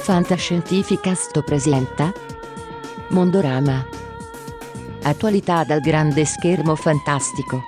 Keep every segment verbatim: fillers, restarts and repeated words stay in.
Fantascientificast presenta Mondorama. Attualità dal grande schermo fantastico.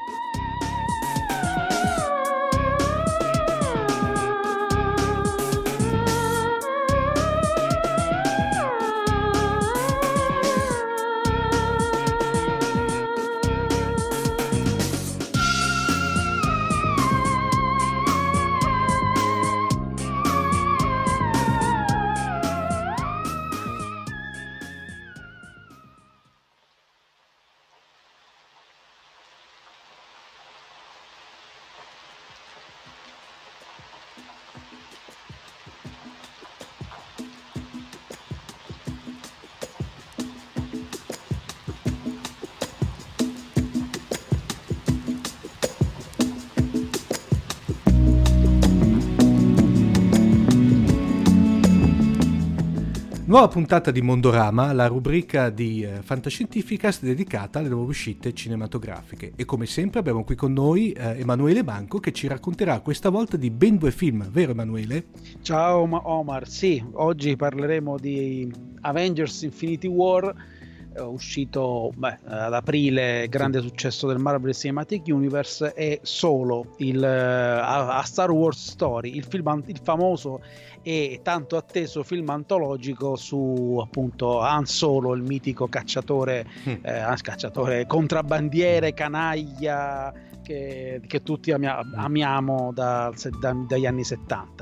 Nuova puntata di Mondorama, la rubrica di eh, Fantascientificast dedicata alle nuove uscite cinematografiche. E come sempre abbiamo qui con noi eh, Emanuele Manco, che ci racconterà questa volta di ben due film, vero Emanuele? Ciao Omar, sì, oggi parleremo di Avengers Infinity War, eh, uscito beh, ad aprile, grande successo del Marvel Cinematic Universe, e Solo, il, a, a Star Wars Story, il, film, il famoso e tanto atteso film antologico su appunto Han Solo, il mitico cacciatore, mm. eh, cacciatore contrabbandiere, canaglia che, che tutti amia, amiamo da, da, dagli anni settanta.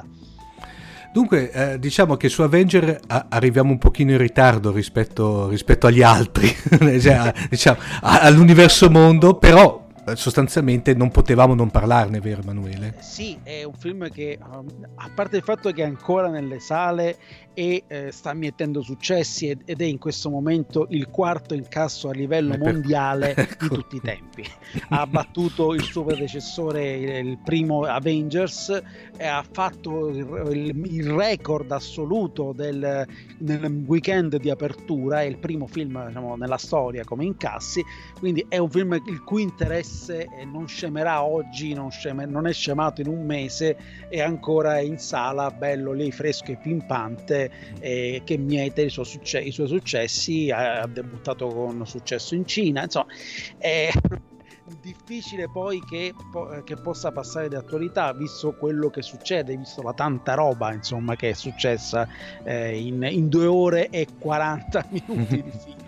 Dunque, eh, diciamo che su Avenger a- arriviamo un pochino in ritardo rispetto, rispetto agli altri, cioè, diciamo, a- all'universo mondo, però sostanzialmente non potevamo non parlarne, vero Emanuele? Sì, è un film che, a parte il fatto che è ancora nelle sale e eh, sta mietendo successi ed, ed è in questo momento il quarto incasso a livello per... mondiale ecco. di tutti i tempi. Ha battuto il suo predecessore, il, il primo Avengers, e ha fatto il, il, il record assoluto del, nel weekend di apertura. È il primo film, diciamo, nella storia come incassi, quindi è un film il cui interesse non scemerà oggi, non, sceme, non è scemato in un mese, è ancora in sala, bello lì, fresco e pimpante, eh, che miete i suoi, succe- i suoi successi. Ha, ha debuttato con successo in Cina, insomma è difficile poi che, po- che possa passare di attualità, visto quello che succede, visto la tanta roba insomma che è successa eh, in, in due ore e quaranta minuti di film.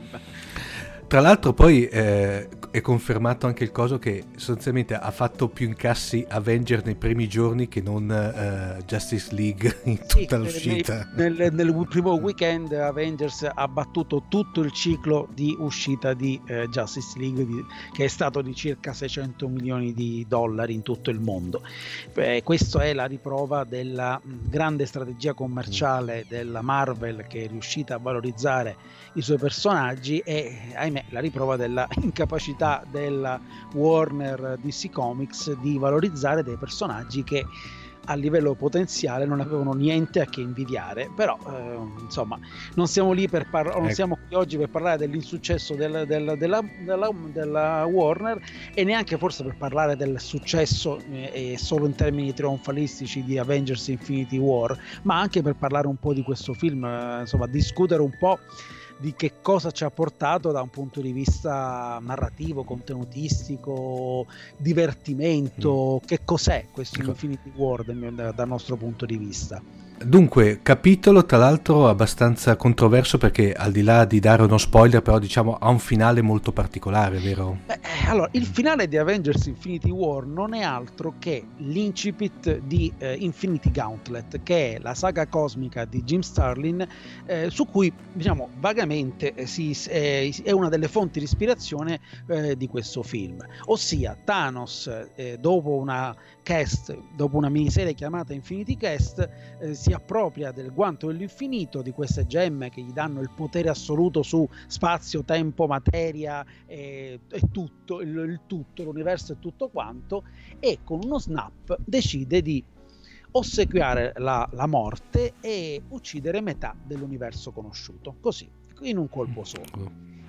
Tra l'altro poi eh, è confermato anche il coso che sostanzialmente ha fatto più incassi Avenger nei primi giorni che non uh, Justice League in tutta sì, l'uscita. Nel, nel, nel primo weekend Avengers ha battuto tutto il ciclo di uscita di eh, Justice League, di, che è stato di circa seicento milioni di dollari in tutto il mondo. Eh, questa è la riprova della mh, grande strategia commerciale della Marvel, che è riuscita a valorizzare i suoi personaggi, e ahimè la riprova della incapacità della Warner D C Comics di valorizzare dei personaggi che a livello potenziale non avevano niente a che invidiare. Però eh, insomma non siamo lì per parlare, non siamo qui oggi per parlare dell'insuccesso del, del, della, della, della Warner, e neanche forse per parlare del successo eh, solo in termini trionfalistici di Avengers Infinity War, ma anche per parlare un po' di questo film, eh, insomma discutere un po' di che cosa ci ha portato da un punto di vista narrativo, contenutistico, divertimento, mm. che cos'è questo Infinity War dal, dal nostro punto di vista. Dunque, capitolo tra l'altro abbastanza controverso, perché al di là di dare uno spoiler, però diciamo ha un finale molto particolare, vero? Beh, allora, il finale di Avengers Infinity War non è altro che l'incipit di eh, Infinity Gauntlet, che è la saga cosmica di Jim Starlin, eh, su cui diciamo vagamente eh, si, eh, è una delle fonti di ispirazione eh, di questo film, ossia Thanos eh, dopo una cast, dopo una miniserie chiamata Infinity Cast, eh, si appropria del guanto dell'infinito, di queste gemme che gli danno il potere assoluto su spazio, tempo, materia e, e tutto, il, il tutto, l'universo e tutto quanto, e con uno snap decide di ossequiare la, la morte e uccidere metà dell'universo conosciuto, così, in un colpo solo.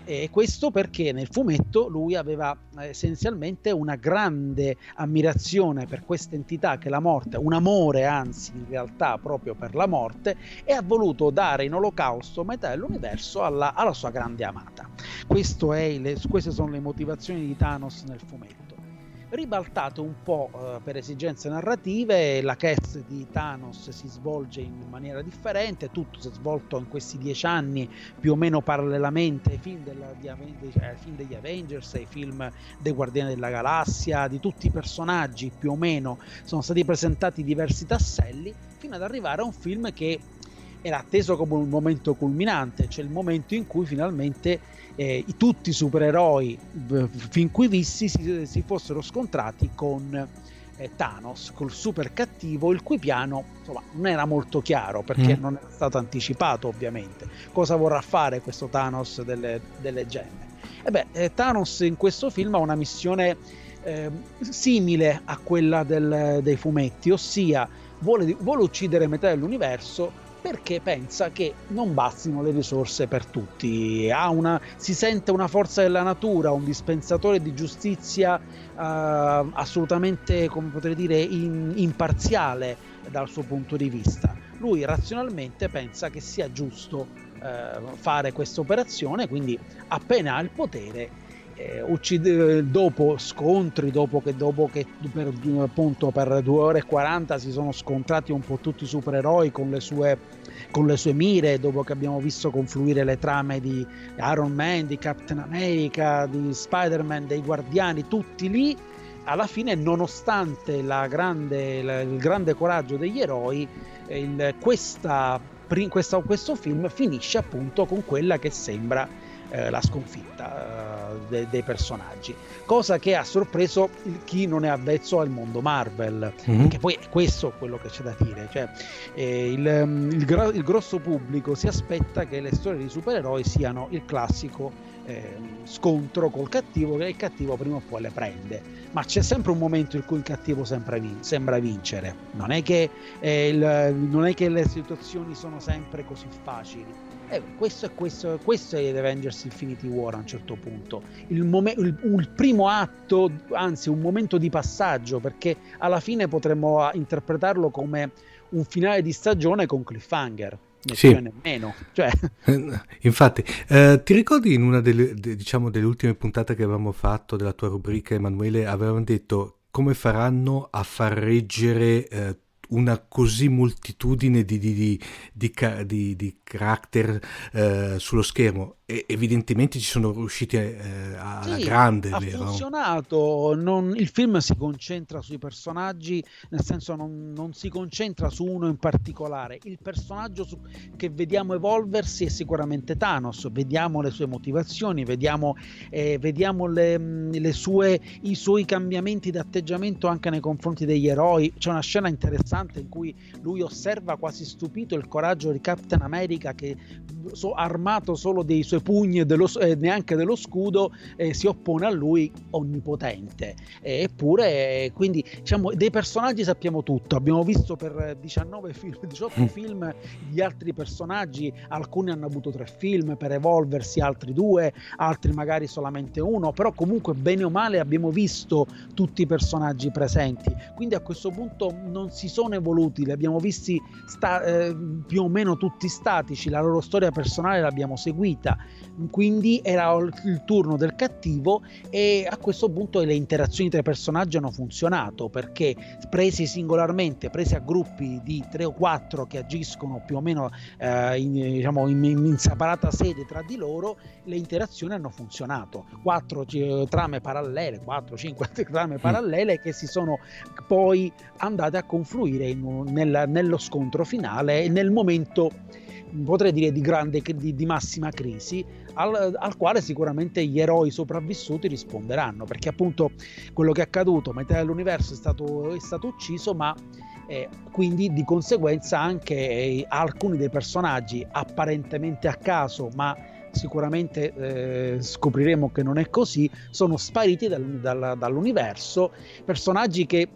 E questo perché nel fumetto lui aveva essenzialmente una grande ammirazione per questa entità che è la morte, un amore anzi in realtà proprio per la morte, e ha voluto dare in olocausto metà dell'universo alla, alla sua grande amata. Questo è le, queste sono le motivazioni di Thanos nel fumetto. Ribaltate un po' eh, per esigenze narrative, la cast di Thanos si svolge in maniera differente, tutto si è svolto in questi dieci anni più o meno parallelamente ai film, della, di, ai film degli Avengers, ai film dei Guardiani della Galassia, di tutti i personaggi più o meno sono stati presentati diversi tasselli fino ad arrivare a un film che era atteso come un momento culminante, cioè il momento in cui finalmente eh, tutti i supereroi b- fin qui visti si, si fossero scontrati con eh, Thanos, col super cattivo, il cui piano insomma non era molto chiaro perché mm. non era stato anticipato ovviamente. Cosa vorrà fare questo Thanos delle, delle gemme? E beh, eh, Thanos in questo film ha una missione eh, simile a quella del, dei fumetti, ossia vuole, vuole uccidere metà dell'universo perché pensa che non bastino le risorse per tutti. Ha una, si sente una forza della natura, un dispensatore di giustizia uh, assolutamente, come potrei dire, in, imparziale dal suo punto di vista. Lui razionalmente pensa che sia giusto uh, fare questa operazione, quindi appena ha il potere Eh, uccide, dopo scontri, dopo che, dopo che per, appunto, per due ore e quaranta si sono scontrati un po' tutti i supereroi con le sue, con le sue mire, dopo che abbiamo visto confluire le trame di Iron Man, di Captain America, di Spider-Man, dei Guardiani, tutti lì, alla fine, nonostante la grande, la, il grande coraggio degli eroi, il, questa, questa, questo film finisce appunto con quella che sembra Eh, la sconfitta eh, de- dei personaggi, cosa che ha sorpreso il- chi non è avvezzo al mondo Marvel, mm-hmm. Che poi è questo quello che c'è da dire, cioè eh, il, il, gro- il grosso pubblico si aspetta che le storie di supereroi siano il classico eh, scontro col cattivo, che il cattivo prima o poi le prende, ma c'è sempre un momento in cui il cattivo sembra, vin- sembra vincere, non è che eh, il, non è che le situazioni sono sempre così facili. Eh, questo è questo, questo è Avengers Infinity War a un certo punto, il, mom- il, il primo atto, anzi un momento di passaggio, perché alla fine potremmo interpretarlo come un finale di stagione con cliffhanger, né sì. più nemmeno, cioè. Infatti eh, ti ricordi in una delle, de, diciamo delle ultime puntate che avevamo fatto della tua rubrica, Emanuele, avevamo detto come faranno a far reggere eh, una così moltitudine di, di, di, di, di, di character eh, sullo schermo, e evidentemente ci sono riusciti eh, alla sì, grande, ha vero? funzionato. Non, il film si concentra sui personaggi, nel senso non, non si concentra su uno in particolare. Il personaggio su, che vediamo evolversi è sicuramente Thanos, vediamo le sue motivazioni, vediamo, eh, vediamo le, le sue, i suoi cambiamenti di atteggiamento anche nei confronti degli eroi. C'è una scena interessante in cui lui osserva quasi stupito il coraggio di Captain America, che so, armato solo dei suoi pugni e dello, eh, neanche dello scudo, eh, si oppone a lui onnipotente. Eh, eppure eh, quindi diciamo dei personaggi sappiamo tutto, abbiamo visto per diciannove film, diciotto film gli altri personaggi, alcuni hanno avuto tre film per evolversi, altri due, altri magari solamente uno, però comunque bene o male abbiamo visto tutti i personaggi presenti, quindi a questo punto non si sono evoluti, li abbiamo visti sta- eh, più o meno tutti statici, la loro storia personale l'abbiamo seguita, quindi era il turno del cattivo, e a questo punto le interazioni tra i personaggi hanno funzionato, perché presi singolarmente, presi a gruppi di tre o quattro che agiscono più o meno eh, in, diciamo, in, in separata sede tra di loro, le interazioni hanno funzionato. Quattro eh, trame parallele, quattro cinque trame parallele che si sono poi andate a confluire in, nel, nello scontro finale, nel momento, potrei dire, di grande, di, di massima crisi, al, al quale sicuramente gli eroi sopravvissuti risponderanno, perché appunto quello che è accaduto, metà dell'universo è stato, è stato ucciso, ma eh, quindi di conseguenza anche eh, alcuni dei personaggi apparentemente a caso, ma sicuramente eh, scopriremo che non è così, sono spariti dal, dal, dall'universo, personaggi che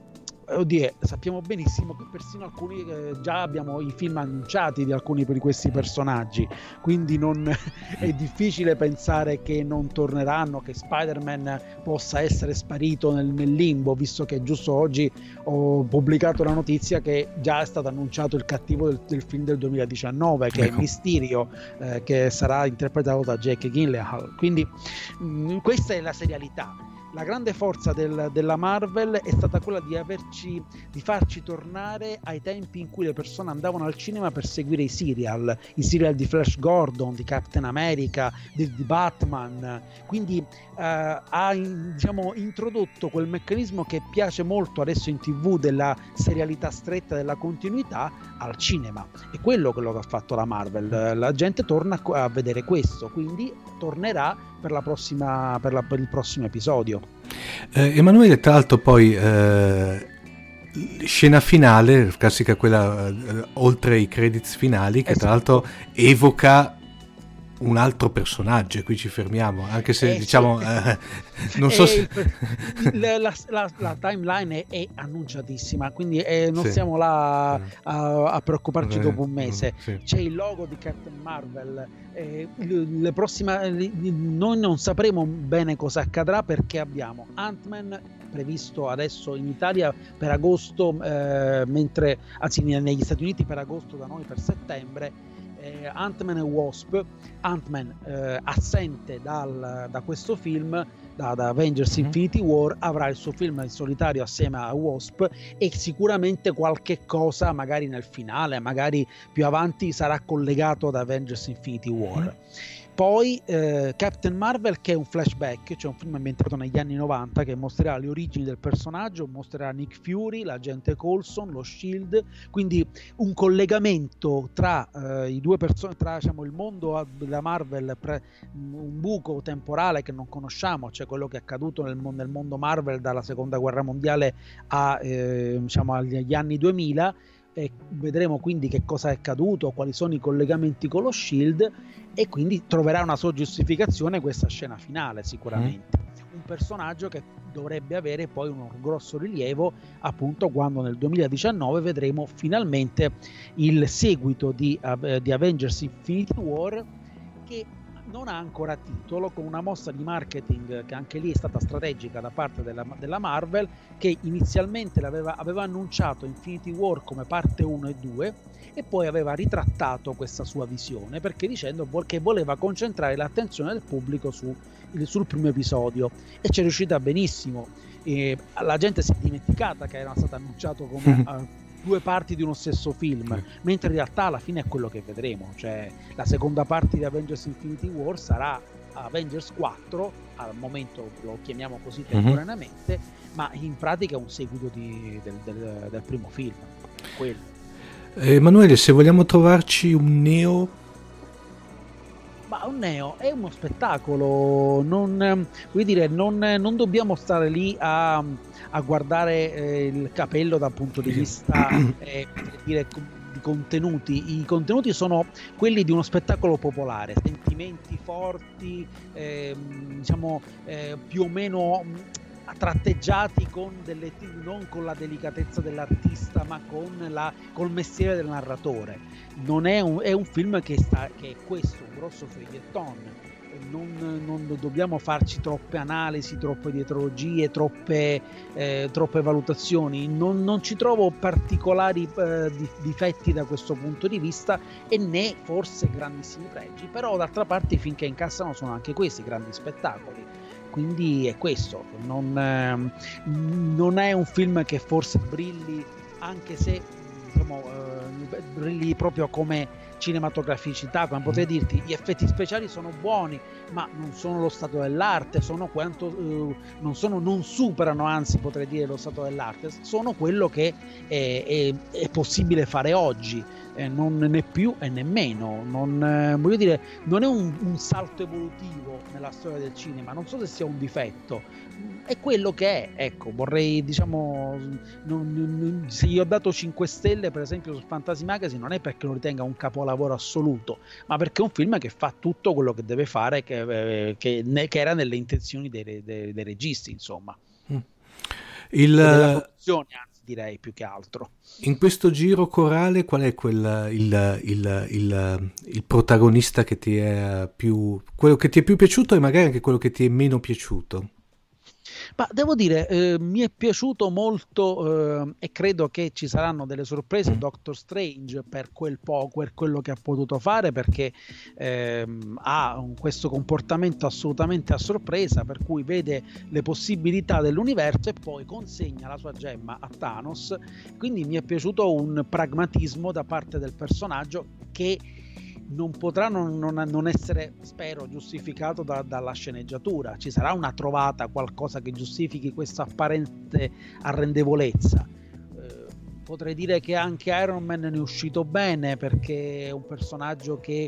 oddio, sappiamo benissimo che persino alcuni eh, già abbiamo i film annunciati di alcuni di questi personaggi, quindi non è difficile pensare che non torneranno, che Spider-Man possa essere sparito nel, nel limbo, visto che giusto oggi ho pubblicato la notizia che già è stato annunciato il cattivo del, del film del duemiladiciannove, che ecco. è Mysterio, eh, che sarà interpretato da Jake Gyllenhaal. Quindi mh, questa è la serialità. La grande forza del, della Marvel è stata quella di averci, di farci tornare ai tempi in cui le persone andavano al cinema per seguire i serial, i serial di Flash Gordon, di Captain America, di, di Batman. Quindi eh, ha in, diciamo, introdotto quel meccanismo che piace molto adesso in tivù, della serialità stretta, della continuità al cinema. È quello quello che ha fatto la Marvel. La gente torna a vedere questo, quindi tornerà per la prossima per, la, per il prossimo episodio. eh, Emanuele, tra l'altro poi eh, scena finale classica, quella eh, oltre i credits finali, che esatto. tra l'altro evoca un altro personaggio, e qui ci fermiamo, anche se eh, diciamo sì. eh, non so se il, la, la, la, la timeline è, è annunciatissima, quindi eh, non sì. siamo là a, a preoccuparci eh, dopo un mese. Sì. C'è il logo di Captain Marvel, eh, le prossime, noi non sapremo bene cosa accadrà, perché abbiamo Ant-Man previsto adesso in Italia per agosto, eh, mentre anzi negli Stati Uniti per agosto, da noi per settembre. eh, Ant-Man e Wasp. Ant-Man eh, assente dal, da questo film, da, da Avengers mm-hmm. Infinity War, avrà il suo film in solitario assieme a Wasp, e sicuramente qualche cosa magari nel finale, magari più avanti, sarà collegato ad Avengers Infinity War. Mm-hmm. Poi eh, Captain Marvel, che è un flashback, cioè un film ambientato negli anni novanta, che mostrerà le origini del personaggio, mostrerà Nick Fury, l'agente Coulson, lo Shield, quindi un collegamento tra eh, i due persone, tra diciamo il mondo della Marvel, pre, un buco temporale che non conosciamo, cioè quello che è accaduto nel, nel mondo Marvel dalla seconda guerra mondiale a eh, diciamo agli anni duemila. E vedremo quindi che cosa è accaduto, quali sono i collegamenti con lo Shield, e quindi troverà una sua giustificazione questa scena finale sicuramente. Mm. Un personaggio che dovrebbe avere poi un grosso rilievo appunto quando nel duemiladiciannove vedremo finalmente il seguito di, uh, di Avengers Infinity War, che non ha ancora titolo, con una mossa di marketing che anche lì è stata strategica da parte della, della Marvel, che inizialmente l'aveva, aveva annunciato Infinity War come parte uno e due, e poi aveva ritrattato questa sua visione, perché dicendo che voleva concentrare l'attenzione del pubblico su, sul primo episodio, e ci è riuscita benissimo. E la gente si è dimenticata che era stato annunciato come uh, due parti di uno stesso film, sì. mentre in realtà alla fine è quello che vedremo, cioè la seconda parte di Avengers Infinity War sarà Avengers quattro, al momento lo chiamiamo così temporaneamente, mm-hmm. ma in pratica è un seguito di, del, del, del primo film. Quello. Emanuele, se vogliamo trovarci un Neo? Ma un Neo è uno spettacolo, non, vuol dire, non, non dobbiamo stare lì a, a guardare eh, il capello dal punto di vista eh, dire, di contenuti. I contenuti sono quelli di uno spettacolo popolare, sentimenti forti, eh, diciamo eh, più o meno tratteggiati con delle, non con la delicatezza dell'artista, ma con la, col mestiere del narratore. Non è un, è un film che, sta, che è questo, un grosso feuilleton. Non, non dobbiamo farci troppe analisi, troppe dietrologie, troppe, eh, troppe valutazioni. Non, non ci trovo particolari eh, difetti da questo punto di vista, e né forse grandissimi pregi, però d'altra parte finché incassano sono anche questi grandi spettacoli. Quindi è questo, non, ehm, non è un film che forse brilli, anche se diciamo, eh, brilli proprio come cinematograficità, come potrei dirti, gli effetti speciali sono buoni, ma non sono lo stato dell'arte, sono quanto, eh, non, sono, non superano, anzi potrei dire lo stato dell'arte, sono quello che è, è, è possibile fare oggi, eh, non né più e nemmeno, non, eh, voglio dire, non è un, un salto evolutivo nella storia del cinema, non so se sia un difetto, è quello che è, ecco, vorrei, diciamo, non, non, se gli ho dato cinque stelle per esempio su Fantasy Magazine, non è perché lo ritenga un capolavoro assoluto, ma perché è un film che fa tutto quello che deve fare, che, eh, che, ne, che era nelle intenzioni dei, dei, dei registi, insomma. Il, della produzione, anzi. direi, più che altro. In questo giro corale qual è quel, il, il, il, il protagonista che ti è più, quello che ti è più piaciuto e magari anche quello che ti è meno piaciuto? Ma devo dire, eh, mi è piaciuto molto eh, e credo che ci saranno delle sorprese Doctor Strange per quel po', per quello che ha potuto fare, perché ehm, ha un, questo comportamento assolutamente a sorpresa, per cui vede le possibilità dell'universo e poi consegna la sua gemma a Thanos. Quindi mi è piaciuto un pragmatismo da parte del personaggio che non potrà non, non, non essere, spero, giustificato da, dalla sceneggiatura. Ci sarà una trovata, qualcosa che giustifichi questa apparente arrendevolezza. Eh, potrei dire che anche Iron Man ne è uscito bene, perché è un personaggio che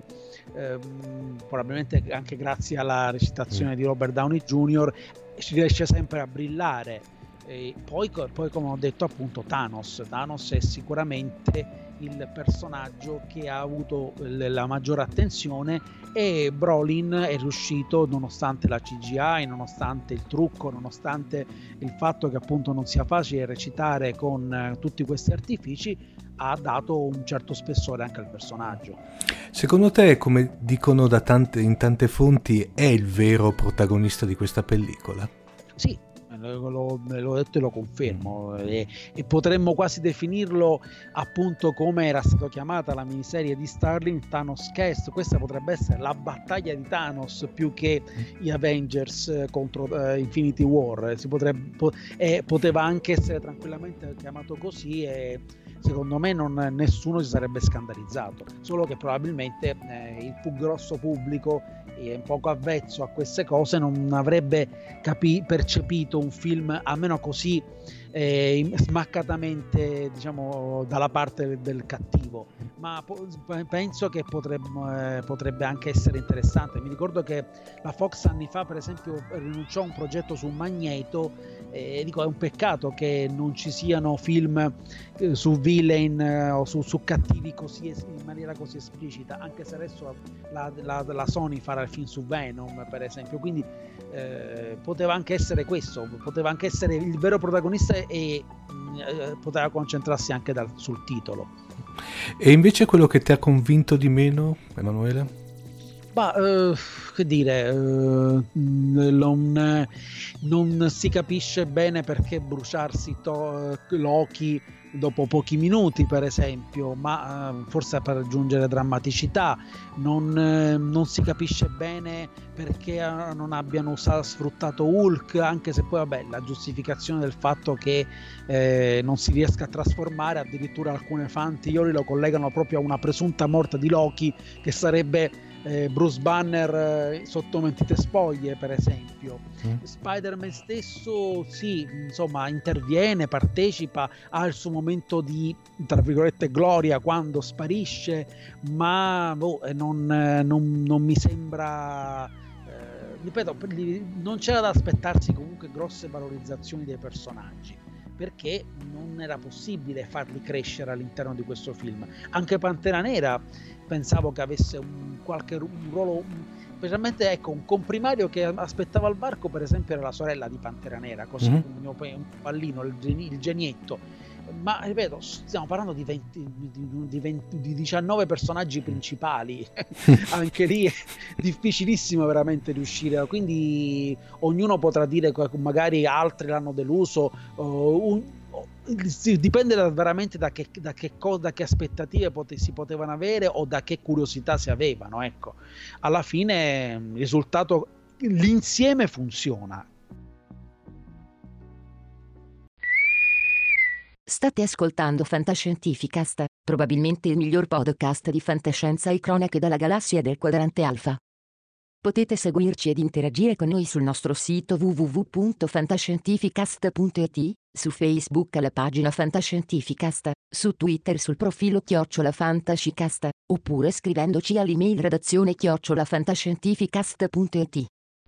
ehm, probabilmente anche grazie alla recitazione di Robert Downey junior si riesce sempre a brillare. E poi, poi come ho detto appunto Thanos Thanos è sicuramente il personaggio che ha avuto la maggiore attenzione, e Brolin è riuscito, nonostante la C G I, nonostante il trucco, nonostante il fatto che appunto non sia facile recitare con eh, tutti questi artifici, ha dato un certo spessore anche al personaggio. Secondo te, come dicono da tante, in tante fonti, è il vero protagonista di questa pellicola? Sì, L'ho, l'ho detto e lo confermo, e, e potremmo quasi definirlo appunto come era stata chiamata la miniserie di Starlin, Thanos Cast. Questa potrebbe essere la battaglia di Thanos più che gli Avengers contro uh, Infinity War. Si potrebbe, po- e poteva anche essere tranquillamente chiamato così, e secondo me non, nessuno si sarebbe scandalizzato, solo che probabilmente eh, il più grosso pubblico è un poco avvezzo a queste cose, non avrebbe capi- percepito un film almeno così eh, smaccatamente, diciamo, dalla parte del cattivo. Ma po- penso che potrebbe, eh, potrebbe anche essere interessante. Mi ricordo che la Fox anni fa, per esempio, rinunciò a un progetto su Magneto, e dico, è un peccato che non ci siano film eh, su villain eh, o su, su cattivi così es- in maniera così esplicita, anche se adesso la, la, la Sony farà il film su Venom, per esempio. Quindi eh, poteva anche essere questo, poteva anche essere il vero protagonista, e eh, poteva concentrarsi anche dal, sul titolo. E invece quello che ti ha convinto di meno, Emanuele? Ma eh, che dire, eh, non, non si capisce bene perché bruciarsi to- Loki dopo pochi minuti, per esempio, ma eh, forse per aggiungere drammaticità. Non, eh, non si capisce bene perché eh, non abbiano usato, sfruttato Hulk, anche se poi vabbè, la giustificazione del fatto che eh, non si riesca a trasformare, addirittura alcune fanteorie lo collegano proprio a una presunta morte di Loki, che sarebbe Eh, Bruce Banner eh, sotto mentite spoglie, per esempio. mm. Spider-Man stesso sì, insomma, interviene, partecipa, ha il suo momento di, tra virgolette, gloria quando sparisce, ma boh, non, non, non mi sembra eh, ripeto, non c'era da aspettarsi comunque grosse valorizzazioni dei personaggi, perché non era possibile farli crescere all'interno di questo film. Anche Pantera Nera pensavo che avesse un qualche un ruolo, specialmente ecco, un comprimario che aspettava al varco, per esempio, era la sorella di Pantera Nera, così mm-hmm. un, un pallino, il, geni, il genietto. Ma ripeto, stiamo parlando di, venti, di, di, venti, di diciannove personaggi principali. Anche lì è difficilissimo veramente riuscire, quindi ognuno potrà dire che magari altri l'hanno deluso, uh, un, dipende da, veramente da che, da che cosa, da che aspettative pote, si potevano avere o da che curiosità si avevano. Ecco, alla fine il risultato, l'insieme funziona. State ascoltando Fantascientificast, probabilmente il miglior podcast di fantascienza e cronache dalla galassia del quadrante alfa. Potete seguirci ed interagire con noi sul nostro sito w w w punto fantascientificast punto i t, su Facebook alla pagina Fantascientificast, su Twitter sul profilo chiocciola Fantascicast, oppure scrivendoci all'email redazione chiocciola fantascientificast punto i t.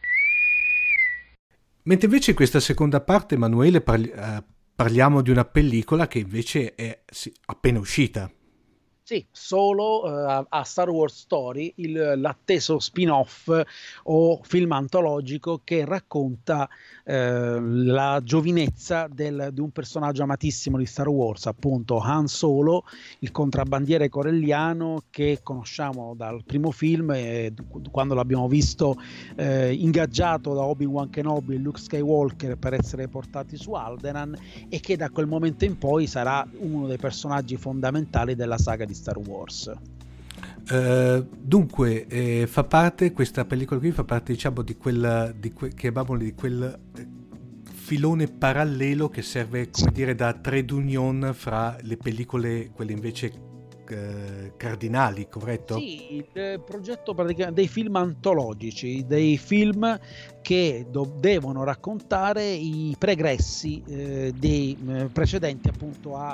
Mentre invece in questa seconda parte, Emanuele, parli, uh, parliamo di una pellicola che invece è sì, appena uscita. Sì, solo uh, a Star Wars Story, il, l'atteso spin-off o film antologico che racconta uh, la giovinezza del, di un personaggio amatissimo di Star Wars, appunto Han Solo, il contrabbandiere corelliano che conosciamo dal primo film, e quando l'abbiamo visto uh, ingaggiato da Obi-Wan Kenobi e Luke Skywalker per essere portati su Alderaan, e che da quel momento in poi sarà uno dei personaggi fondamentali della saga di Star Wars. Uh, dunque eh, fa parte, questa pellicola qui fa parte, diciamo, di quel, di que, chiamiamolo di quel filone parallelo che serve, come dire, da trade union fra le pellicole, quelle invece eh, cardinali, corretto? Sì, il progetto praticamente dei film antologici, dei film che do, devono raccontare i pregressi eh, dei eh, precedenti, appunto, a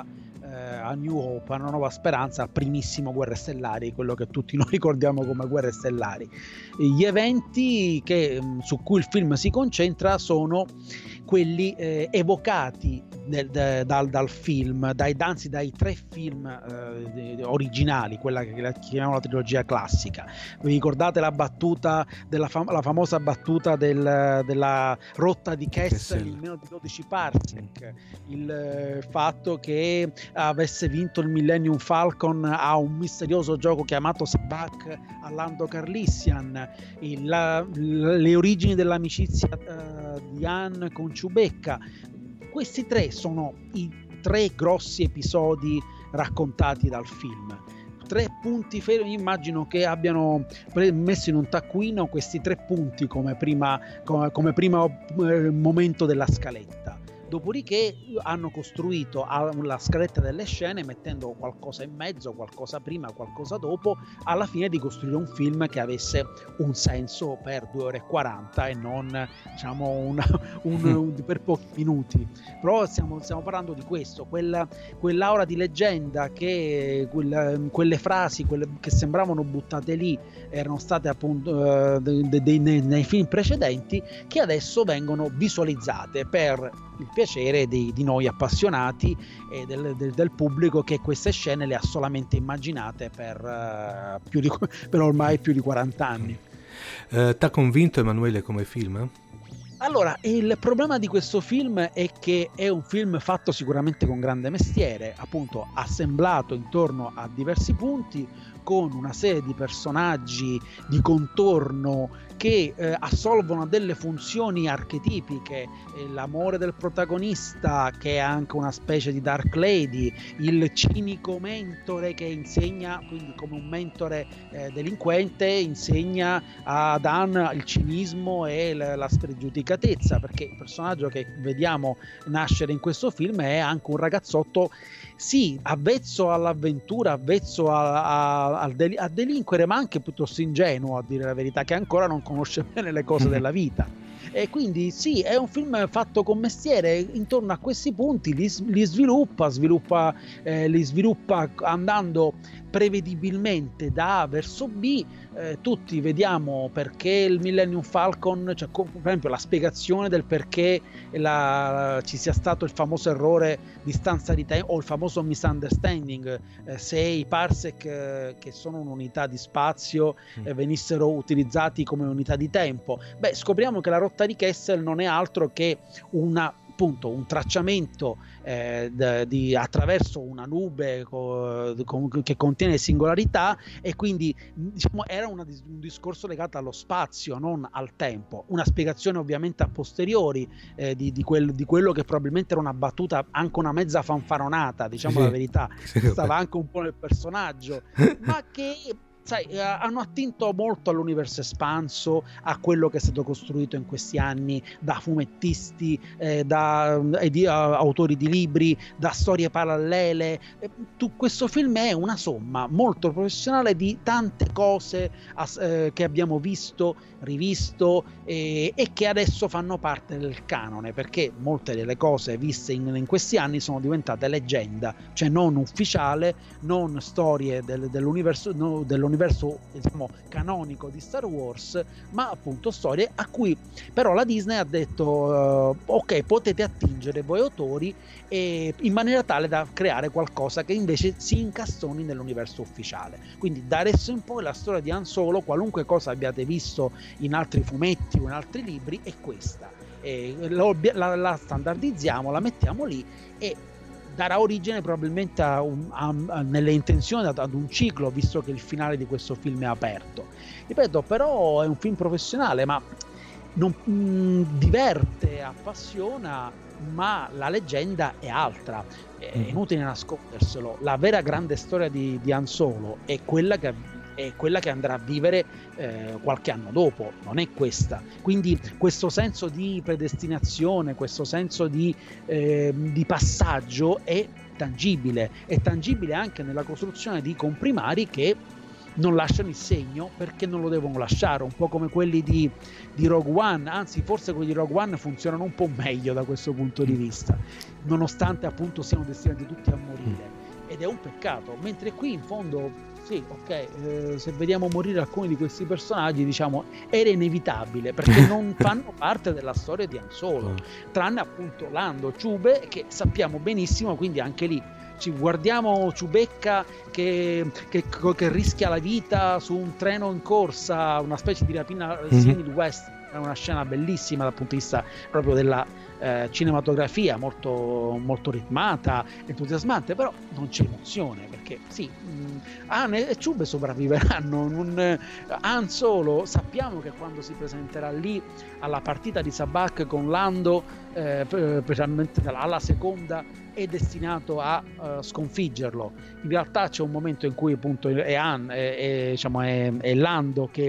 a New Hope, a Una Nuova Speranza, al primissimo Guerre Stellari, quello che tutti noi ricordiamo come Guerre Stellari. Gli eventi che, su cui il film si concentra sono quelli eh, evocati del, de, dal, dal film, dai, anzi dai tre film eh, originali, quella che la chiamiamo la trilogia classica. Vi ricordate la battuta, della fam- la famosa battuta del, della rotta di Kessel in meno di dodici parsec, il eh, fatto che avesse vinto il Millennium Falcon a un misterioso gioco chiamato Sabak a Lando Calrissian, il, la, le origini dell'amicizia uh, di Han con Chewbacca. Questi tre sono i tre grossi episodi raccontati dal film. Tre punti fermi, immagino che abbiano messo in un taccuino questi tre punti come prima, come, come primo eh, momento della scaletta. Dopodiché hanno costruito la scaletta delle scene mettendo qualcosa in mezzo, qualcosa prima, qualcosa dopo, alla fine di costruire un film che avesse un senso per due ore e quaranta e non, diciamo, una, un, un, per pochi minuti. Però stiamo, stiamo parlando di questo, quella, quell'aura di leggenda, che quella, quelle frasi quelle che sembravano buttate lì erano state appunto uh, de, de, de, nei, nei film precedenti, che adesso vengono visualizzate per il piacere di, di noi appassionati e del, del, del pubblico che queste scene le ha solamente immaginate per, uh, più di, per ormai più di quaranta anni. Uh, t'ha convinto, Emanuele, come film? Allora, il problema di questo film è che è un film fatto sicuramente con grande mestiere, appunto assemblato intorno a diversi punti, con una serie di personaggi di contorno che eh, assolvono a delle funzioni archetipiche, eh, l'amore del protagonista che è anche una specie di Dark Lady, il cinico mentore che insegna, quindi come un mentore eh, delinquente, insegna ad Han il cinismo e l- la spregiudicatezza, perché il personaggio che vediamo nascere in questo film è anche un ragazzotto, sì, avvezzo all'avventura, avvezzo a, a, a, del- a delinquere, ma anche piuttosto ingenuo, a dire la verità, che ancora non conosce bene le cose della vita. E quindi sì, è un film fatto con mestiere, intorno a questi punti li, li sviluppa, sviluppa, eh, li sviluppa andando prevedibilmente da A verso B. Eh, tutti vediamo perché il Millennium Falcon, cioè, per esempio la spiegazione del perché la, ci sia stato il famoso errore di stanza di tempo o il famoso misunderstanding, eh, se i parsec eh, che sono un'unità di spazio eh, venissero utilizzati come unità di tempo. Beh, scopriamo che la rotta di Kessel non è altro che una appunto un tracciamento eh, d- di, attraverso una nube co- co- che contiene singolarità, e quindi diciamo era una, un discorso legato allo spazio, non al tempo. Una spiegazione ovviamente a posteriori eh, di, di, quel, di quello che probabilmente era una battuta, anche una mezza fanfaronata, diciamo, sì, la verità, sì, stava anche un po' nel personaggio, ma che sai, eh, hanno attinto molto all'universo espanso, a quello che è stato costruito in questi anni da fumettisti, eh, da eh, di, uh, autori di libri, da storie parallele. Eh, tu, questo film è una somma molto professionale di tante cose as, eh, che abbiamo visto, rivisto eh, e che adesso fanno parte del canone, perché molte delle cose viste in, in questi anni sono diventate leggenda, cioè non ufficiale, non storie del, dell'universo, no, dell'universo nell'universo diciamo canonico di Star Wars, ma appunto storie a cui però la Disney ha detto uh, ok, potete attingere voi autori e in maniera tale da creare qualcosa che invece si incastoni nell'universo ufficiale. Quindi da adesso in poi la storia di Han Solo, qualunque cosa abbiate visto in altri fumetti o in altri libri, è questa. E la, la standardizziamo, la mettiamo lì e darà origine probabilmente a un, a, a, nelle intenzioni ad, ad un ciclo, visto che il finale di questo film è aperto. Ripeto, però è un film professionale, ma non mh, diverte, appassiona, ma la leggenda è altra. È inutile nasconderselo. La vera grande storia di, di Han Solo è quella che è quella che andrà a vivere eh, qualche anno dopo, non è questa. Quindi questo senso di predestinazione, questo senso di, eh, di passaggio è tangibile, è tangibile anche nella costruzione di comprimari che non lasciano il segno perché non lo devono lasciare, un po' come quelli di, di Rogue One, anzi forse quelli di Rogue One funzionano un po' meglio da questo punto di vista, nonostante appunto siano destinati tutti a morire, ed è un peccato, mentre qui in fondo sì, ok, eh, se vediamo morire alcuni di questi personaggi, diciamo, era inevitabile, perché non fanno parte della storia di Han Solo, tranne appunto Lando, Ciube, che sappiamo benissimo, quindi anche lì ci guardiamo Ciubecca che, che, che rischia la vita su un treno in corsa, una specie di rapina mm-hmm. simil west, è una scena bellissima dal punto di vista proprio della eh, cinematografia, molto, molto ritmata, entusiasmante, però non c'è emozione, perché sì, mh, Anne e Ciube sopravviveranno, non, Han Solo sappiamo che quando si presenterà lì alla partita di Sabacc con Lando, eh, specialmente alla seconda, è destinato a uh, sconfiggerlo. In realtà c'è un momento in cui appunto è, Han, è, è, diciamo, è, è Lando che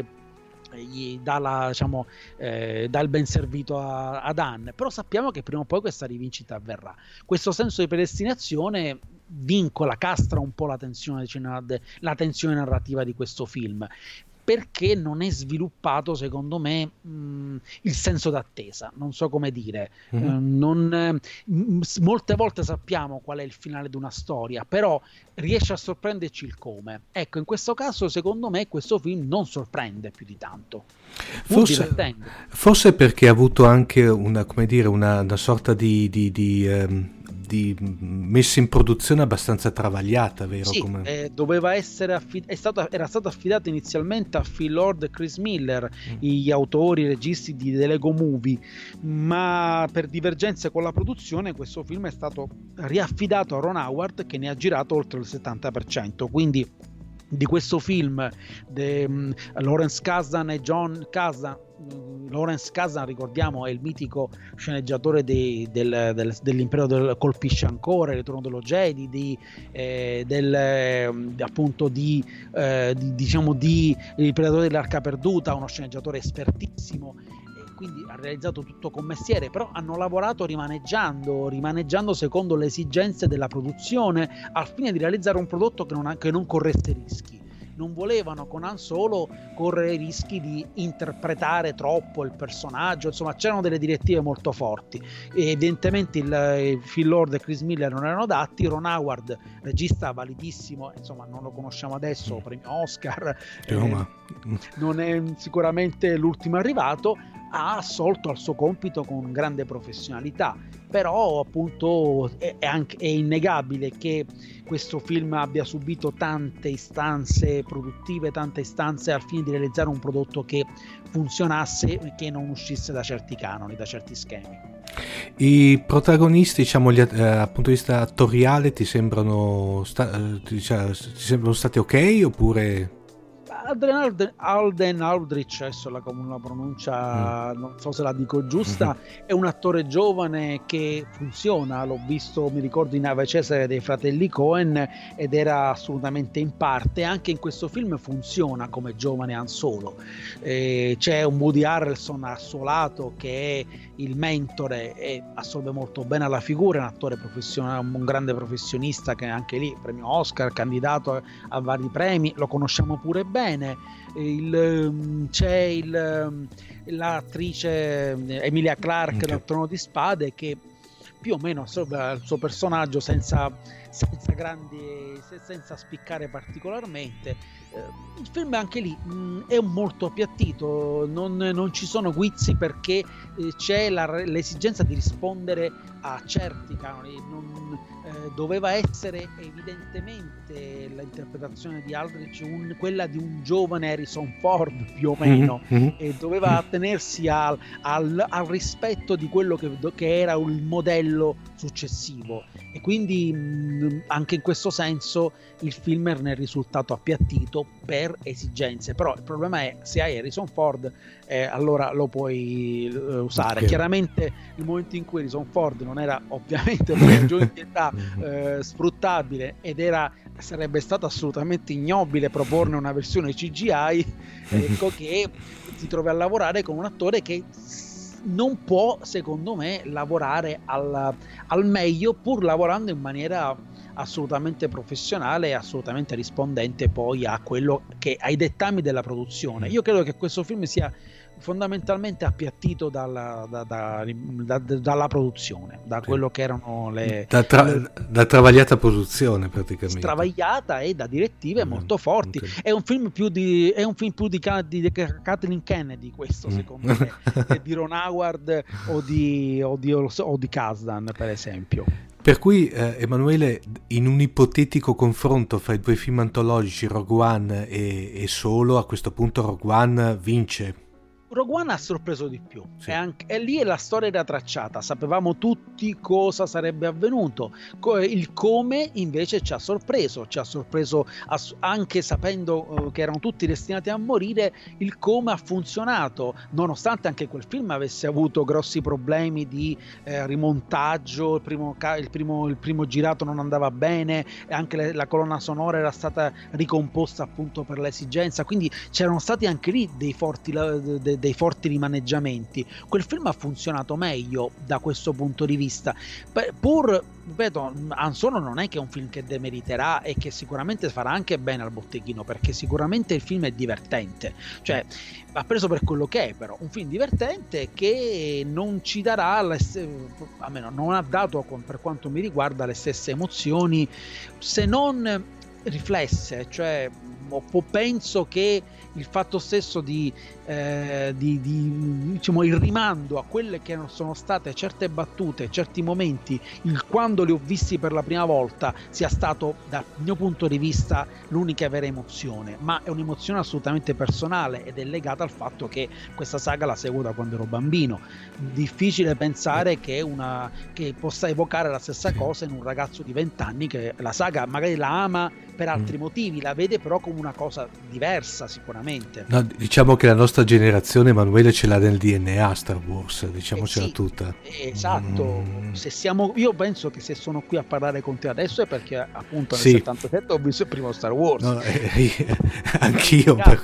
gli dà, la, diciamo, eh, dà il ben servito a, ad Han, però sappiamo che prima o poi questa rivincita avverrà. Questo senso di predestinazione vincola, castra un po' la tensione, la tensione narrativa di questo film, perché non è sviluppato secondo me mh, il senso d'attesa, non so come dire, mm-hmm. eh, non, mh, molte volte sappiamo qual è il finale di una storia, però riesce a sorprenderci il come. Ecco, in questo caso secondo me questo film non sorprende più di tanto, forse, forse perché ha avuto anche una, come dire, una, una sorta di, di, di um... di messa in produzione abbastanza travagliata, vero? Sì, come... eh, doveva essere affid- è stato, era stato affidato inizialmente a Phil Lord e Chris Miller, mm. gli autori, i registi di The Lego Movie, ma per divergenze con la produzione questo film è stato riaffidato a Ron Howard, che ne ha girato oltre il settanta per cento, quindi di questo film de, um, Lawrence Kasdan e John Kasdan. Lawrence Kasdan, ricordiamo, è il mitico sceneggiatore dei, del, del, dell'impero del colpisce ancora, il ritorno dello Jedi, di, eh, del, eh, appunto di, eh, di diciamo di il predatore dell'arca perduta, uno sceneggiatore espertissimo, e quindi ha realizzato tutto con mestiere, però hanno lavorato rimaneggiando rimaneggiando secondo le esigenze della produzione, al fine di realizzare un prodotto che non, che non corresse rischi. Non volevano con Han Solo correre i rischi di interpretare troppo il personaggio, insomma c'erano delle direttive molto forti e evidentemente il, Phil Lord e Chris Miller non erano adatti. Ron Howard, regista validissimo, insomma non lo conosciamo adesso, premio Oscar, eh, non è sicuramente l'ultimo arrivato, ha assolto al suo compito con grande professionalità, però appunto è, è, anche, è innegabile che questo film abbia subito tante istanze produttive, tante istanze al fine di realizzare un prodotto che funzionasse e che non uscisse da certi canoni, da certi schemi. I protagonisti, diciamo, gli, eh, dal punto di vista attoriale ti sembrano, sta, eh, diciamo, ti sembrano stati ok oppure... Alden, Alden Aldrich, adesso la, la pronuncia mm. non so se la dico giusta, mm-hmm. è un attore giovane che funziona, l'ho visto, mi ricordo, in Ave Cesare dei fratelli Coen ed era assolutamente in parte, anche in questo film funziona come giovane Han Solo. Eh, c'è un Woody Harrelson al suo lato che è il mentore e assolve molto bene alla figura, è un attore professionale, un grande professionista, che anche lì premio Oscar, candidato a, a vari premi, lo conosciamo pure bene. Il, c'è il, l'attrice Emilia Clarke dal Trono di Spade, che più o meno assorbeva il suo personaggio senza, senza grandi, senza spiccare particolarmente. Eh, il film anche lì mh, è molto appiattito, non, non ci sono guizzi perché eh, c'è la, l'esigenza di rispondere a certi canoni. Non, eh, doveva essere evidentemente l'interpretazione di Aldrich un, quella di un giovane Harrison Ford più o meno, mm-hmm. e doveva attenersi al, al, al rispetto di quello che, che era il modello successivo, e quindi mh, anche in questo senso il film ne è risultato appiattito per esigenze. Però il problema è, se hai Harrison Ford eh, allora lo puoi eh, usare. Okay. Chiaramente il momento in cui Harrison Ford non era ovviamente per ragioni di età eh, sfruttabile, ed era sarebbe stato assolutamente ignobile proporne una versione C G I, ecco che ti trovi a lavorare con un attore che non può, secondo me, lavorare al, al meglio, pur lavorando in maniera assolutamente professionale e assolutamente rispondente poi a quello che ai dettami della produzione. Io credo che questo film sia fondamentalmente appiattito dalla, da, da, da, dalla produzione, da quello che erano le da, tra, le, da travagliata produzione, praticamente travagliata, e da direttive mm, molto forti. Okay. È un film più di è un film più di, di, di Kathleen Kennedy, questo secondo mm. me, che di Ron Howard o di o di, o di Kasdan, per esempio. Per cui eh, Emanuele, in un ipotetico confronto fra i due film antologici Rogue One e, e Solo, a questo punto Rogue One vince. Rogue One ha sorpreso di più, sì. e, anche, e lì la storia era tracciata, sapevamo tutti cosa sarebbe avvenuto. Il come invece ci ha sorpreso, ci ha sorpreso ass- anche sapendo uh, che erano tutti destinati a morire. Il come ha funzionato, nonostante anche quel film avesse avuto grossi problemi di eh, rimontaggio, il primo, ca- il, primo, il primo girato non andava bene, e anche le- la colonna sonora era stata ricomposta appunto per l'esigenza, quindi c'erano stati anche lì dei forti la- de- dei forti rimaneggiamenti. Quel film ha funzionato meglio da questo punto di vista, pur, ripeto, Han Solo non è che è un film che demeriterà, e che sicuramente farà anche bene al botteghino, perché sicuramente il film è divertente, cioè va preso per quello che è, però un film divertente che non ci darà le, almeno non ha dato, per quanto mi riguarda, le stesse emozioni, se non riflesse, cioè penso che il fatto stesso di, eh, di, di diciamo il rimando a quelle che sono state certe battute, certi momenti, il quando li ho visti per la prima volta, sia stato dal mio punto di vista l'unica vera emozione, ma è un'emozione assolutamente personale ed è legata al fatto che questa saga la seguo da quando ero bambino. Difficile pensare che, una, che possa evocare la stessa cosa in un ragazzo di venti anni che la saga magari la ama per altri motivi, la vede però come una cosa diversa sicuramente. No, diciamo che la nostra generazione, Emanuele, ce l'ha nel D N A Star Wars, diciamocela eh sì, tutta. Esatto, mm. se siamo, io penso che se sono qui a parlare con te adesso è perché appunto nel sì. settantasette ho visto il primo Star Wars. No, eh, anch'io. Per...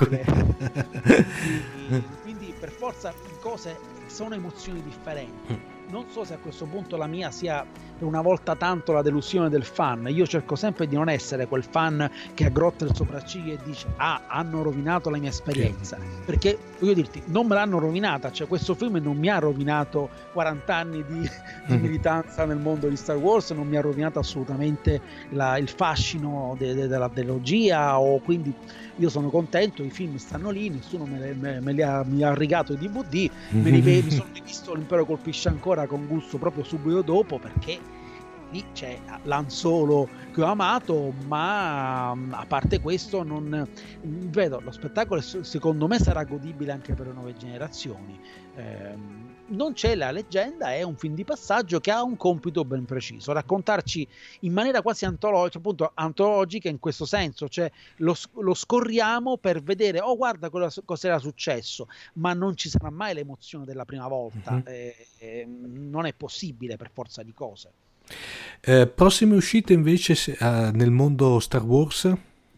quindi, quindi per forza cose sono emozioni differenti. Mm. Non so se a questo punto la mia sia per una volta tanto la delusione del fan. Io cerco sempre di non essere quel fan che aggrotta il sopracciglio e dice ah, hanno rovinato la mia esperienza, perché voglio dirti, non me l'hanno rovinata, cioè questo film non mi ha rovinato quaranta anni di, di militanza nel mondo di Star Wars, non mi ha rovinato assolutamente la, il fascino de, de, della trilogia, o quindi io sono contento, i film stanno lì, nessuno me, me, me li ha, mi ha rigato i D V D, me li, mi sono rivisto L'Impero colpisce ancora con gusto proprio subito dopo, perché lì c'è l'Han Solo che ho amato, ma a parte questo non vedo, lo spettacolo secondo me sarà godibile anche per le nuove generazioni. Eh, non c'è la leggenda, è un film di passaggio che ha un compito ben preciso, raccontarci in maniera quasi antologica, appunto antologica in questo senso, cioè lo, lo scorriamo per vedere, oh guarda cosa era successo, ma non ci sarà mai l'emozione della prima volta, uh-huh. eh, eh, non è possibile per forza di cose. Eh, prossime uscite invece uh, nel mondo Star Wars?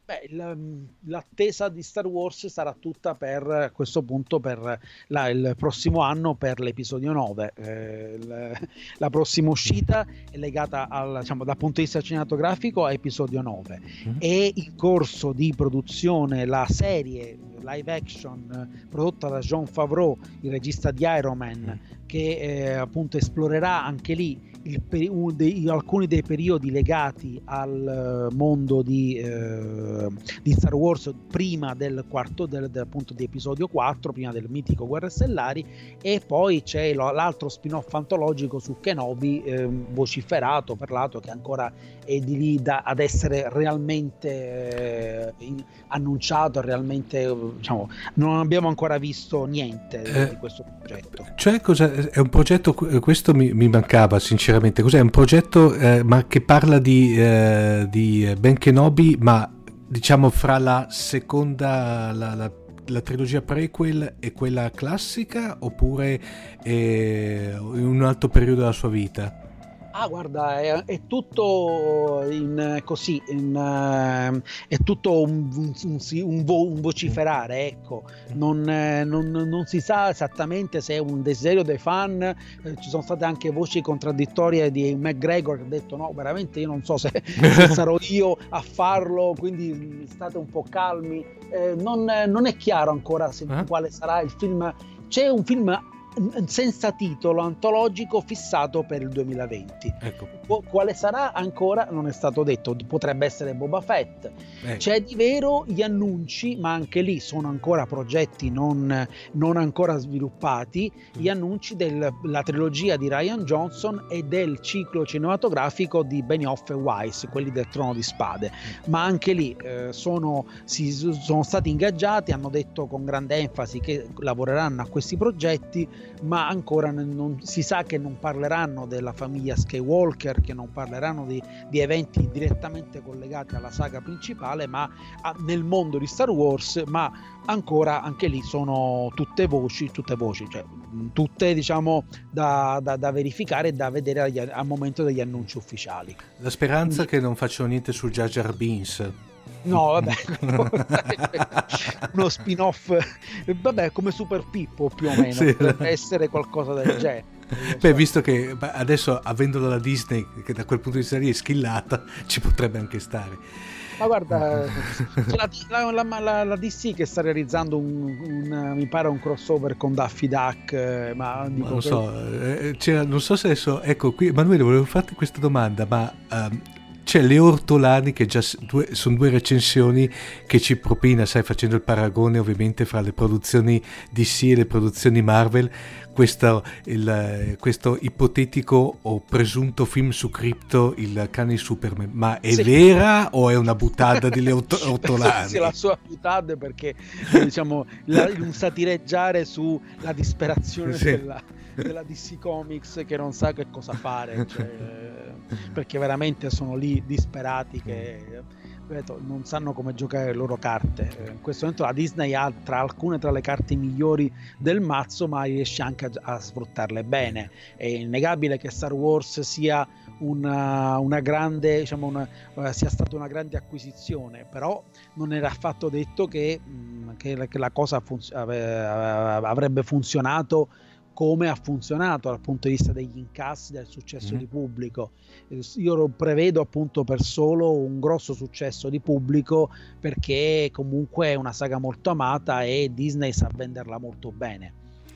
Beh, il- l'attesa di Star Wars sarà tutta per a questo punto per la- il prossimo anno per l'episodio nove. Eh, il- la prossima uscita è legata al, diciamo, dal punto di vista cinematografico a episodio nove. Mm. È in corso di produzione la serie live action eh, prodotta da Jon Favreau, il regista di Iron Man, che eh, appunto esplorerà anche lì il peri- uno dei- alcuni dei periodi legati al eh, mondo di, eh, di Star Wars prima del quarto del, del, appunto di episodio quattro, prima del mitico Guerre Stellari, e poi c'è lo, l'altro spin-off antologico su Kenobi, eh, vociferato, parlato, che ancora è di lì da, ad essere realmente eh, in, annunciato, realmente eh, diciamo, non abbiamo ancora visto niente eh, di questo progetto. Cioè, cosa, è un progetto, questo mi, mi mancava sinceramente. Cos'è? Un progetto eh, ma che parla di, eh, di Ben Kenobi, ma diciamo fra la seconda, la, la, la trilogia prequel e quella classica, oppure eh, in un altro periodo della sua vita? Ah, guarda, è, è tutto in, così, in, uh, è tutto un, un, un, vo, un vociferare, ecco. Non, eh, non, non si sa esattamente se è un desiderio dei fan. Eh, ci sono state anche voci contraddittorie di McGregor che ha detto no, veramente io non so se, se sarò io a farlo, quindi state un po' calmi. Eh, non, non è chiaro ancora se, eh? quale sarà il film. C'è un film senza titolo antologico fissato per il duemilaventi. Ecco. Quale sarà ancora non è stato detto, potrebbe essere Boba Fett. Ecco. C'è di vero gli annunci, ma anche lì sono ancora progetti non, non ancora sviluppati, gli annunci della trilogia di Rian Johnson e del ciclo cinematografico di Benioff e Weiss, quelli del Trono di Spade. Ma anche lì eh, sono, si, sono stati ingaggiati, hanno detto con grande enfasi che lavoreranno a questi progetti, ma ancora non si sa che non parleranno della famiglia Skywalker, che non parleranno di, di eventi direttamente collegati alla saga principale, ma a, nel mondo di Star Wars, ma ancora anche lì sono tutte voci, tutte voci, cioè tutte diciamo da, da, da verificare e da vedere agli, al momento degli annunci ufficiali. La speranza è che non facciano niente su Jar Jar Binks. No, vabbè, uno spin-off, vabbè, come Super Pippo più o meno, sì. Potrebbe essere qualcosa del genere. Beh, visto che adesso, avendo la Disney, che da quel punto di vista lì è schillata, ci potrebbe anche stare. Ma guarda, la, la, la, la D C che sta realizzando un, un, mi pare un crossover con Daffy Duck, ma, ma non so, eh, c'era, non so se adesso, ecco qui, Emanuele, volevo farti questa domanda, ma um, c'è Leo Ortolani, che già due, sono due recensioni che ci propina, sai, facendo il paragone ovviamente fra le produzioni D C e le produzioni Marvel, questo, il, questo ipotetico o presunto film su Crypto, il cane di Superman, ma è sì. vera o è una buttata di Leo Ortolani? Sì, la sua buttata, perché diciamo la, un satireggiare sulla disperazione sì. della, della D C Comics che non sa che cosa fare, cioè, perché veramente sono lì disperati che non sanno come giocare le loro carte. In questo momento la Disney ha tra alcune tra le carte migliori del mazzo, ma riesce anche a, a sfruttarle bene. È innegabile che Star Wars sia una, una grande, diciamo una, sia stata una grande acquisizione, però non era affatto detto che, che, che la cosa funz- avrebbe funzionato come ha funzionato dal punto di vista degli incassi, del successo mm-hmm. di pubblico. Io lo prevedo appunto per solo un grosso successo di pubblico, perché comunque è una saga molto amata e Disney sa venderla molto bene.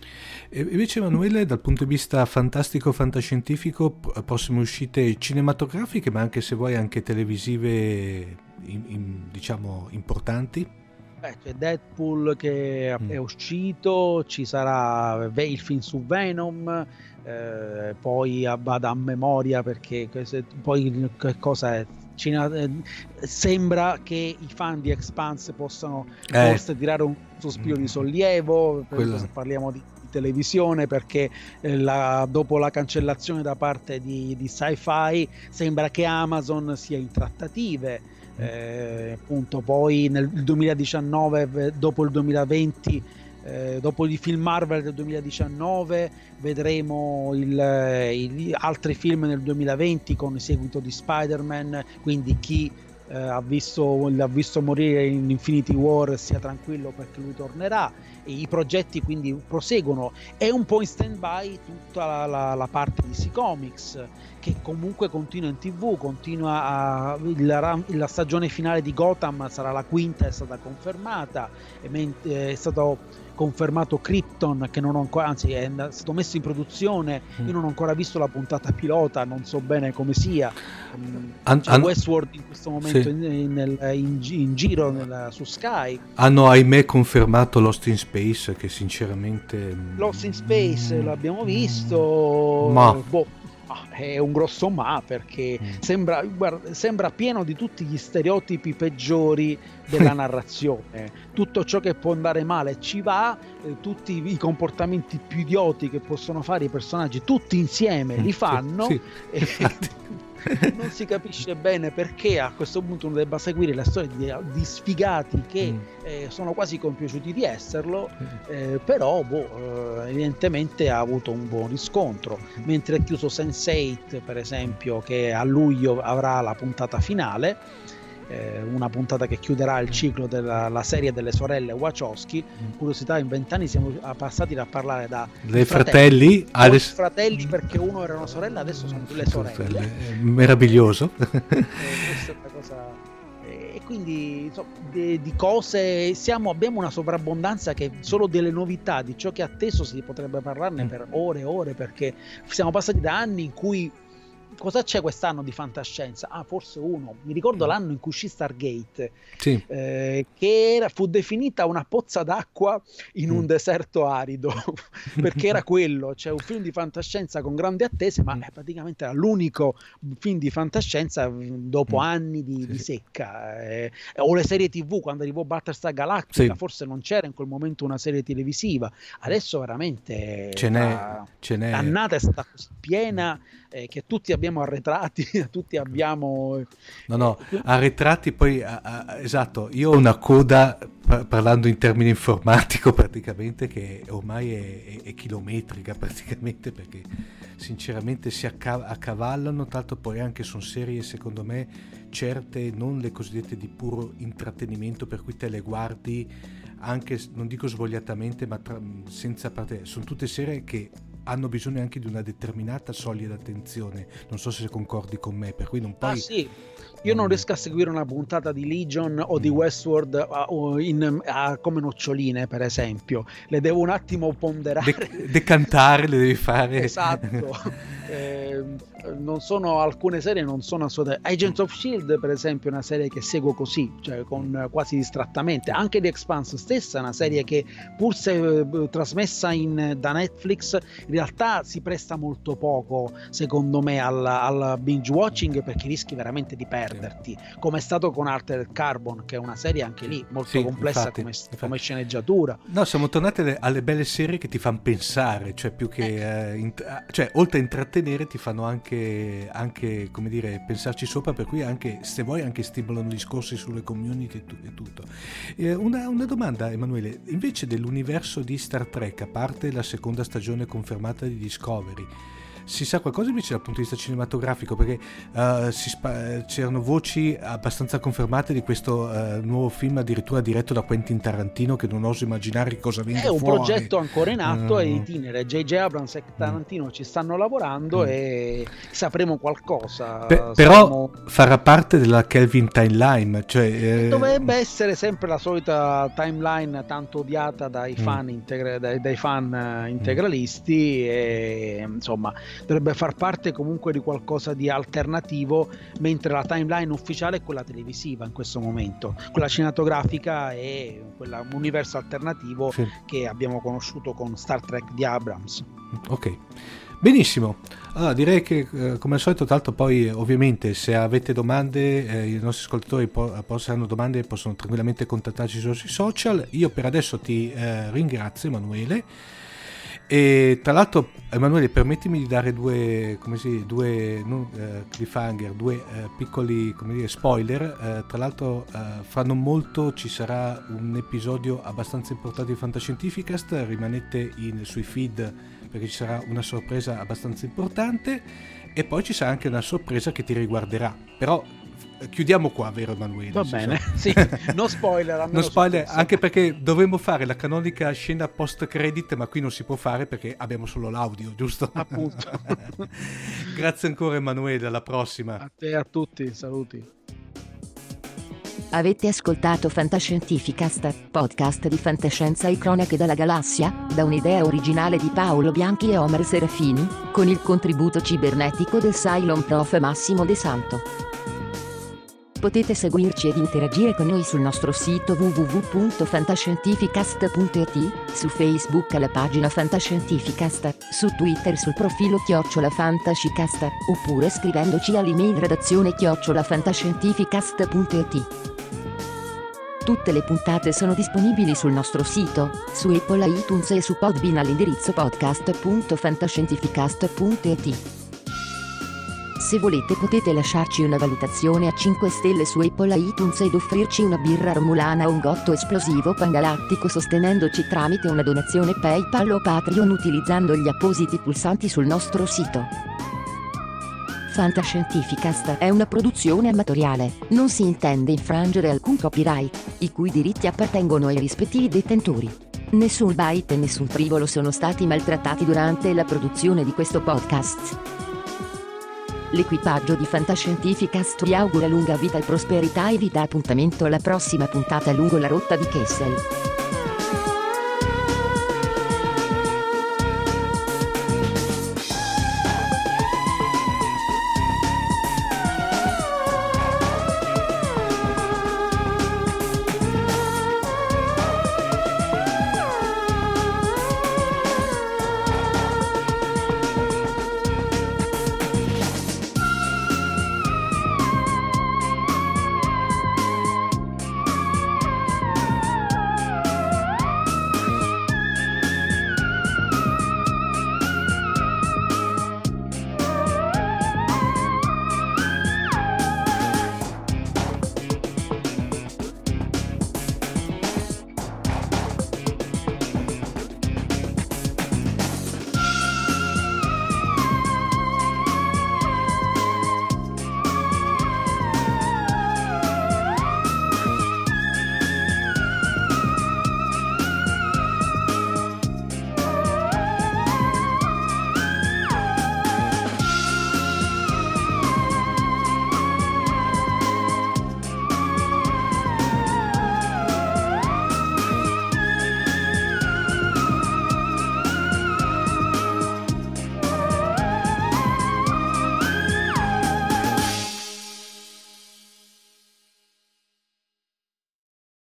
E invece, Emanuele, dal punto di vista fantastico fantascientifico, prossime uscite cinematografiche, ma anche, se vuoi, anche televisive in, in, diciamo importanti? Beh, c'è Deadpool che mm. è uscito, ci sarà il film su Venom, eh, poi vado a memoria perché poi che cosa è? Cina, eh, sembra che i fan di Expanse possano eh. forse tirare un sospiro mm. di sollievo, per se parliamo di televisione, perché eh, la, dopo la cancellazione da parte di, di Sci-Fi sembra che Amazon sia in trattative. Eh, appunto poi nel duemiladiciannove, dopo il duemilaventi, eh, dopo i film Marvel del duemiladiciannove vedremo il, il, altri film nel duemilaventi con il seguito di Spider-Man, quindi chi eh, ha, visto, l'ha visto morire in Infinity War, sia tranquillo perché lui tornerà, e i progetti quindi proseguono. È un po' in stand-by tutta la, la, la parte di D C Comics, che comunque continua in tv, continua a, il, la stagione finale di Gotham sarà la quinta, è stata confermata, è stato confermato Krypton, che non ho ancora, anzi è stato messo in produzione, io non ho ancora visto la puntata pilota, non so bene come sia. An- C'è an- Westworld in questo momento sì. in, in, in, in giro nella, su Sky. Hanno ahimè confermato Lost in Space, che sinceramente Lost in Space mm, l'abbiamo visto, ma boh, è un grosso ma, perché mm. sembra, guarda, sembra pieno di tutti gli stereotipi peggiori della narrazione. Tutto ciò che può andare male ci va, eh, tutti i comportamenti più idioti che possono fare i personaggi tutti insieme li fanno, sì, sì. E non si capisce bene perché a questo punto uno debba seguire la storia di, di sfigati che mm. eh, sono quasi compiaciuti di esserlo, eh, però boh, eh, evidentemente ha avuto un buon riscontro, mentre è chiuso sense eight, per esempio, che a luglio avrà la puntata finale, eh, una puntata che chiuderà il ciclo della la serie delle sorelle Wachowski. Curiosità, in vent'anni siamo passati da parlare da dei fratelli, fratelli, adesso... fratelli perché uno era una sorella, adesso sono due sorelle. Meraviglioso. eh, questa è una cosa, e quindi insomma, di, di cose siamo, abbiamo una sovrabbondanza che solo delle novità, di ciò che è atteso si potrebbe parlarne per ore e ore, perché siamo passati da anni in cui cosa c'è quest'anno di fantascienza? Ah, forse uno. Mi ricordo l'anno in cui uscì Stargate, sì. eh, che era, fu definita una pozza d'acqua in un mm. deserto arido, perché era quello, cioè un film di fantascienza con grandi attese, ma eh, praticamente era l'unico film di fantascienza dopo mm. anni di, sì, di secca. Eh, o le serie tivù, quando arrivò Battlestar Galactica, sì. forse non c'era in quel momento una serie televisiva. Adesso veramente ce n'è, ce n'è. L'annata è stata piena, eh, che tutti abbiamo arretrati, tutti abbiamo no no arretrati poi a, a, esatto, io ho una coda, par- parlando in termini informatico, praticamente che ormai è, è, è chilometrica praticamente, perché sinceramente si acca- accavallano, tanto poi anche sono serie secondo me certe, non le cosiddette di puro intrattenimento, per cui te le guardi anche, non dico svogliatamente, ma tra, senza parte, sono tutte serie che hanno bisogno anche di una determinata soglia d'attenzione. Non so se concordi con me, per cui non puoi... Ah sì, io non riesco a seguire una puntata di Legion o di Westworld a, o in, a, come noccioline, per esempio. Le devo un attimo ponderare. De- decantare le devi fare. Esatto. eh, non sono, alcune serie non sono assolutamente... Agents of Shield, per esempio, è una serie che seguo così, cioè con quasi distrattamente. Anche The Expanse stessa è una serie che, pur se eh, trasmessa in, da Netflix, in realtà si presta molto poco, secondo me, al, al binge watching, perché rischi veramente di perderti, come è stato con Altered Carbon, che è una serie anche lì molto sì, complessa, infatti, come, infatti. come sceneggiatura. No, siamo tornati alle, alle belle serie che ti fanno pensare, cioè più che eh. Eh, int- cioè oltre a intrattenere ti fanno anche, anche come dire, pensarci sopra, per cui anche, se vuoi, anche stimolano discorsi sulle community e, tu- e tutto. Eh, una, una domanda, Emanuele, invece dell'universo di Star Trek, a parte la seconda stagione confermata di Discovery, si sa qualcosa invece dal punto di vista cinematografico? Perché uh, si spa- c'erano voci abbastanza confermate di questo uh, nuovo film, addirittura diretto da Quentin Tarantino, che non oso immaginare che cosa venga fuori. È un fuori. progetto ancora in atto, uh, è itinere. J J Abrams e Tarantino mm. ci stanno lavorando mm. e sapremo qualcosa. Pe- Saremo... Però farà parte della Kelvin Timeline, cioè eh... dovrebbe essere sempre la solita timeline tanto odiata dai fan, mm. integra- dai, dai fan integralisti, mm. e insomma dovrebbe far parte comunque di qualcosa di alternativo, mentre la timeline ufficiale è quella televisiva in questo momento, quella cinematografica è quella, un universo alternativo sì. che abbiamo conosciuto con Star Trek di Abrams. Ok, benissimo. Allora direi che eh, come al solito, tanto poi ovviamente se avete domande, eh, i nostri ascoltatori po- possono domande, possono tranquillamente contattarci sui social. Io per adesso ti eh, ringrazio, Emanuele. E tra l'altro, Emanuele, permettimi di dare due, come si, due non, eh, cliffhanger, due eh, piccoli, come dire, spoiler. Eh, tra l'altro, eh, fra non molto ci sarà un episodio abbastanza importante di Fantascientificast. Rimanete in, sui feed, perché ci sarà una sorpresa abbastanza importante, e poi ci sarà anche una sorpresa che ti riguarderà. Però chiudiamo qua, vero Emanuele? Va bene, sì, no spoiler. No spoiler, anche perché dovremmo fare la canonica scena post credit, ma qui non si può fare perché abbiamo solo l'audio, giusto? Appunto. Grazie ancora Emanuele, alla prossima. A te e a tutti, saluti. Avete ascoltato Fantascientificast, podcast di fantascienza e cronache dalla galassia, da un'idea originale di Paolo Bianchi e Omer Serafini, con il contributo cibernetico del Cylon Prof Massimo De Santo. Potete seguirci ed interagire con noi sul nostro sito w w w punto fantascientificast punto i t, su Facebook alla pagina Fantascientificast, su Twitter sul profilo chiocciola Fantascicast, oppure scrivendoci all'email redazione chiocciola fantascientificast punto i t. Tutte le puntate sono disponibili sul nostro sito, su Apple iTunes e su Podbean all'indirizzo podcast punto fantascientificast punto i t. Se volete potete lasciarci una valutazione a cinque stelle su Apple iTunes ed offrirci una birra romulana o un gotto esplosivo pangalattico sostenendoci tramite una donazione PayPal o Patreon utilizzando gli appositi pulsanti sul nostro sito. Fantascientificast è una produzione amatoriale, non si intende infrangere alcun copyright, i cui diritti appartengono ai rispettivi detentori. Nessun byte e nessun trivolo sono stati maltrattati durante la produzione di questo podcast. L'equipaggio di Fantascientificast vi augura lunga vita e prosperità e vi dà appuntamento alla prossima puntata lungo la rotta di Kessel.